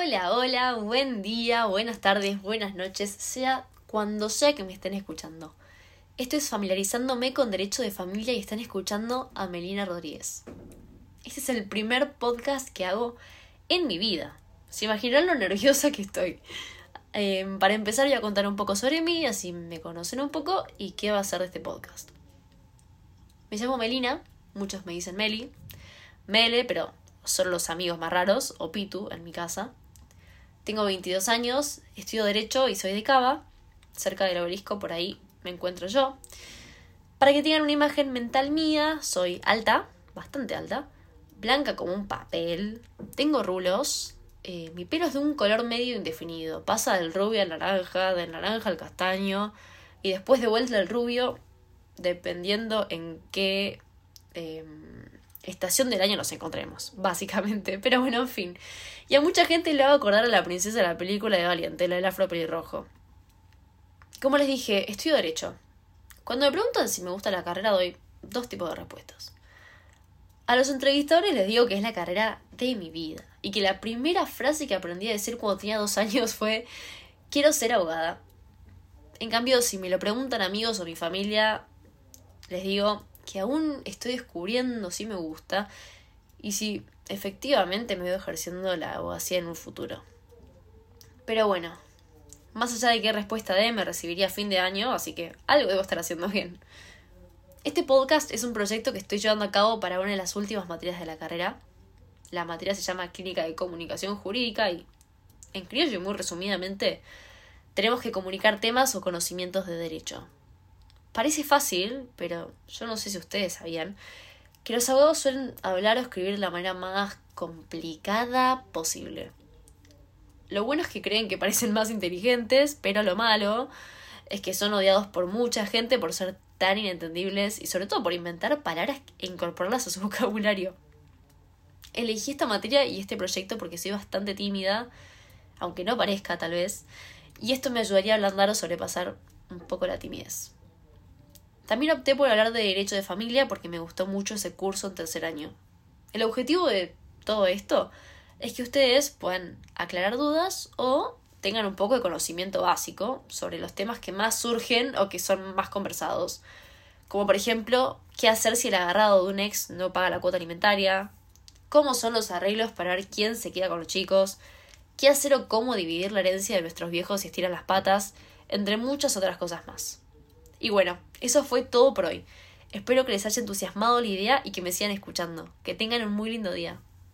Hola, hola, buen día, buenas tardes, buenas noches, sea cuando sea que me estén escuchando. Esto es Familiarizándome con Derecho de Familia y están escuchando a Melina Rodríguez. Este es el primer podcast que hago en mi vida. Se imaginarán lo nerviosa que estoy. Para empezar voy a contar un poco sobre mí, así me conocen un poco y qué va a ser de este podcast. Me llamo Melina, muchos me dicen Meli, Mele, pero son los amigos más raros, o Pitu en mi casa. Tengo 22 años, estudio Derecho y soy de Cava, cerca del Obelisco, por ahí me encuentro yo. Para que tengan una imagen mental mía, soy alta, bastante alta, blanca como un papel, tengo rulos, mi pelo es de un color medio indefinido, pasa del rubio al naranja, del naranja al castaño, y después de vuelta al rubio, dependiendo en qué estación del año nos encontremos, básicamente. Pero bueno, en fin. Y a mucha gente le va a acordar a la princesa de la película de Valiente, la del afro pelirrojo. Como les dije, estudio Derecho. Cuando me preguntan si me gusta la carrera, doy dos tipos de respuestas. A los entrevistadores les digo que es la carrera de mi vida. Y que la primera frase que aprendí a decir cuando tenía 2 años fue: quiero ser abogada. En cambio, si me lo preguntan amigos o mi familia, les digo que aún estoy descubriendo si me gusta y si efectivamente me veo ejerciendo la abogacía en un futuro. Pero bueno, más allá de qué respuesta dé, me recibiría a fin de año, así que algo debo estar haciendo bien. Este podcast es un proyecto que estoy llevando a cabo para una de las últimas materias de la carrera. La materia se llama Clínica de Comunicación Jurídica y, en criollo y muy resumidamente, tenemos que comunicar temas o conocimientos de derecho. Parece fácil, pero yo no sé si ustedes sabían que los abogados suelen hablar o escribir de la manera más complicada posible. Lo bueno es que creen que parecen más inteligentes, pero lo malo es que son odiados por mucha gente por ser tan inentendibles y sobre todo por inventar palabras e incorporarlas a su vocabulario. Elegí esta materia y este proyecto porque soy bastante tímida, aunque no parezca tal vez, y esto me ayudaría a ablandar o sobrepasar un poco la timidez. También opté por hablar de Derecho de Familia porque me gustó mucho ese curso en tercer año. El objetivo de todo esto es que ustedes puedan aclarar dudas o tengan un poco de conocimiento básico sobre los temas que más surgen o que son más conversados. Como por ejemplo, qué hacer si el agarrado de un ex no paga la cuota alimentaria, cómo son los arreglos para ver quién se queda con los chicos, qué hacer o cómo dividir la herencia de nuestros viejos si estiran las patas, entre muchas otras cosas más. Y bueno, eso fue todo por hoy. Espero que les haya entusiasmado la idea y que me sigan escuchando. Que tengan un muy lindo día.